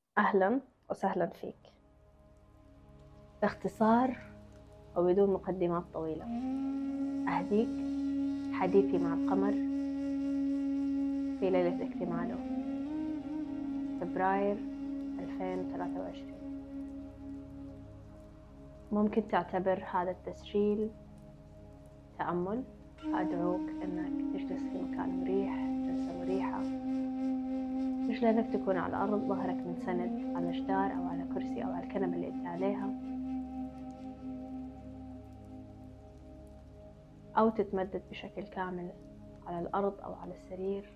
أهلا وسهلا فيك. باختصار وبدون مقدمات طويلة، أهديك حديثي مع القمر في ليلة اكتماله فبراير 2023. ممكن تعتبر هذا التسجيل تأمل، فأدعوك أنك تجلس في مكان مريح، جلسة مريحة، مش لازم تكون على الأرض، ظهرك منسند على جدار أو على كرسي أو على الكنبة اللي أنت عليها، أو تتمدد بشكل كامل على الأرض أو على السرير.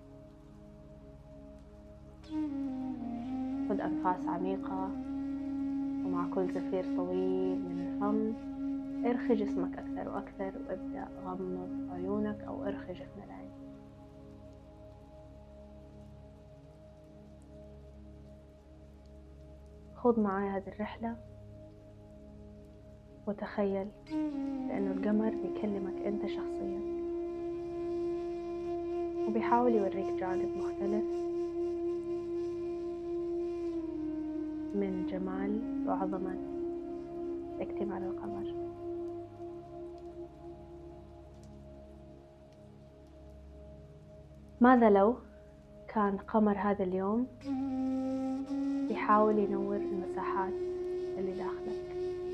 خذ أنفاس عميقة، ومع كل زفير طويل من الفم ارخي جسمك أكثر وأكثر، وابدأ غمض عيونك أو ارخي جفن العين. خذ معي هذه الرحلة وتخيل لأنه القمر بيكلمك أنت شخصيا، وبيحاول يوريك جانب مختلف من جمال وعظمة اكتمال القمر. ماذا لو كان قمر هذا اليوم يحاول ينور المساحات اللي داخلك؟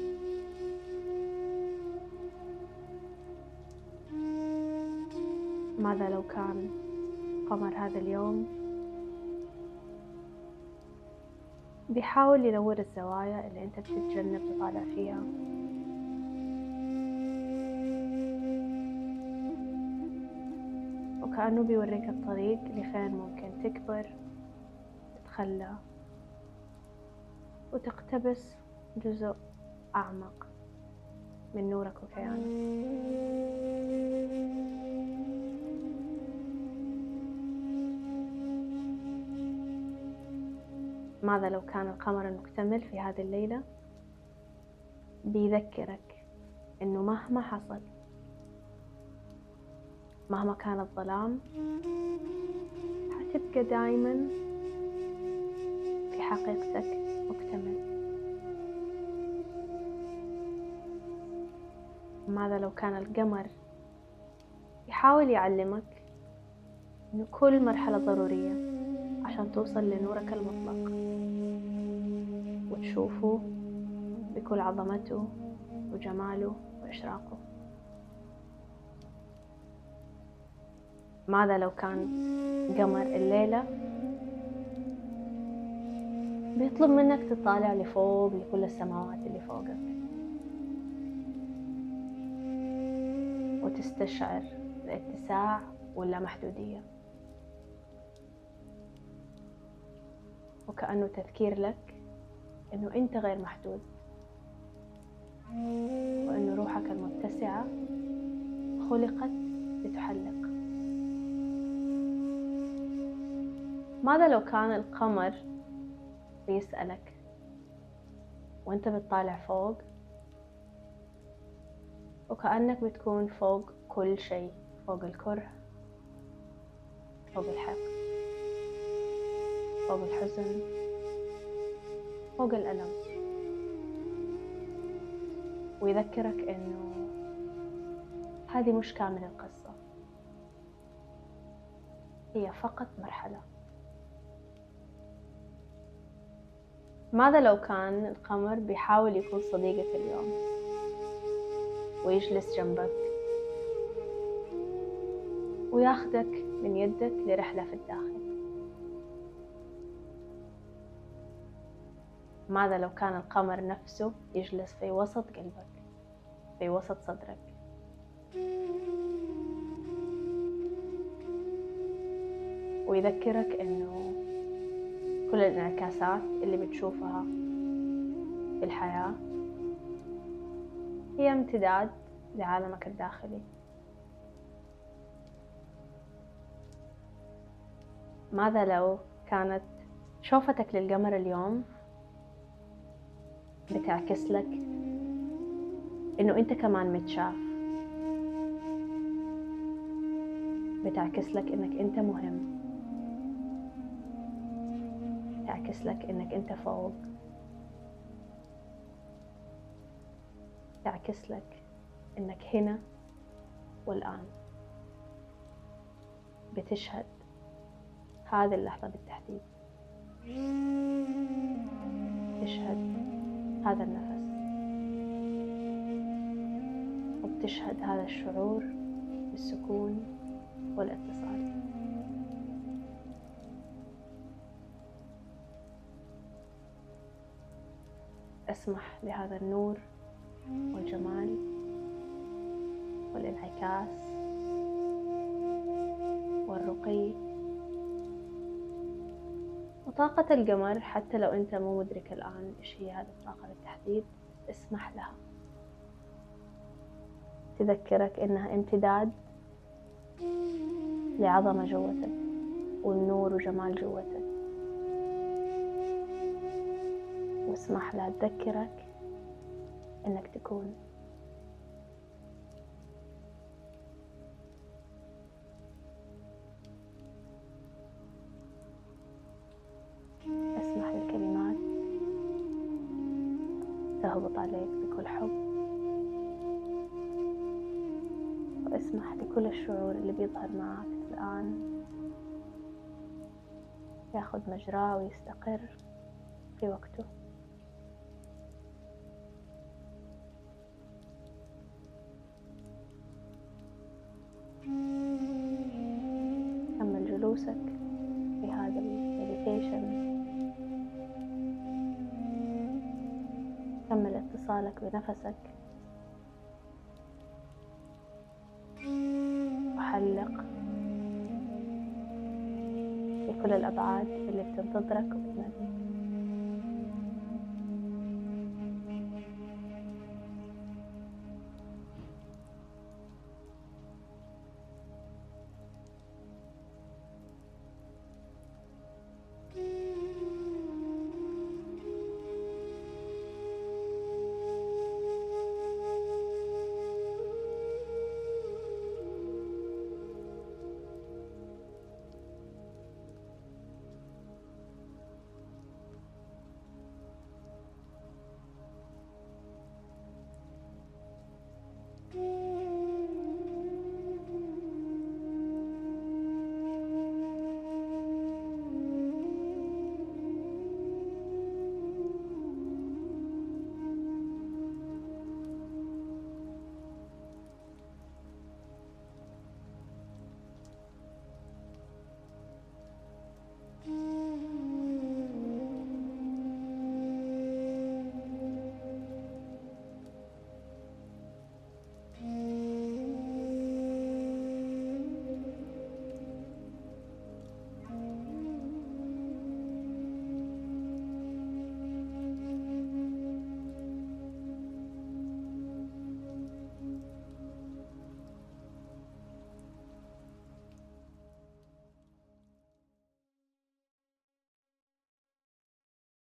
ماذا لو كان قمر هذا اليوم بيحاول ينور الزوايا اللي انت بتتجنب تطالع فيها؟ وكأنه بيوريك الطريق لفين ممكن تكبر، تتخلى، وتقتبس جزء أعمق من نورك وكيانك. ماذا لو كان القمر المكتمل في هذه الليلة بيذكرك إنه مهما حصل، مهما كان الظلام، حتبقى دايما في حقيقتك مكتمل. ماذا لو كان القمر يحاول يعلمك إنه كل مرحلة ضرورية عشان توصل لنورك المطلق وتشوفه بكل عظمته وجماله وإشراقه؟ ماذا لو كان قمر الليلة بيطلب منك تطالع لفوق لكل السماوات اللي فوقك وتستشعر الاتساع واللامحدودية، وكأنه تذكير لك إنه أنت غير محدود، وإنه روحك المتسعة خلقت لتحلق. ماذا لو كان القمر بيسألك وأنت بتطالع فوق، وكأنك بتكون فوق كل شيء، فوق الكره، فوق الحقد، فوق الحزن، فوق الألم، ويذكرك إنه هذه مش كامل القصة، هي فقط مرحلة. ماذا لو كان القمر بيحاول يكون صديقك اليوم ويجلس جنبك وياخدك من يدك لرحلة في الداخل؟ ماذا لو كان القمر نفسه يجلس في وسط قلبك، في وسط صدرك، ويذكرك إنه كل الانعكاسات اللي بتشوفها في الحياة هي امتداد لعالمك الداخلي؟ ماذا لو كانت شوفتك للقمر اليوم بتعكس لك إنه أنت كمان متشاف، بتعكس لك إنك أنت مهم، تعكس تعكس لك إنك أنت فوق، تعكس لك إنك هنا والآن بتشهد هذه اللحظة بالتحديد، تشهد هذا النفس، وبتشهد هذا الشعور بالسكون والاتصال. اسمح لهذا النور والجمال والانعكاس والرقي وطاقة القمر، حتى لو أنت مو مدرك الآن إيش هي هذه الطاقة بالتحديد، اسمح لها تذكرك إنها امتداد لعظمة جوتك والنور وجمال جوتك، واسمح لها تذكرك إنك تكون. اسمح للكلمات تهبط عليك بكل حب، واسمح لكل الشعور اللي بيظهر معك الآن ياخذ مجراه ويستقر في وقته. كمل جلوسك في هذا المديتيشن، كمل اتصالك بنفسك، وحلق في كل الأبعاد اللي بتنتظرك وبتناديك.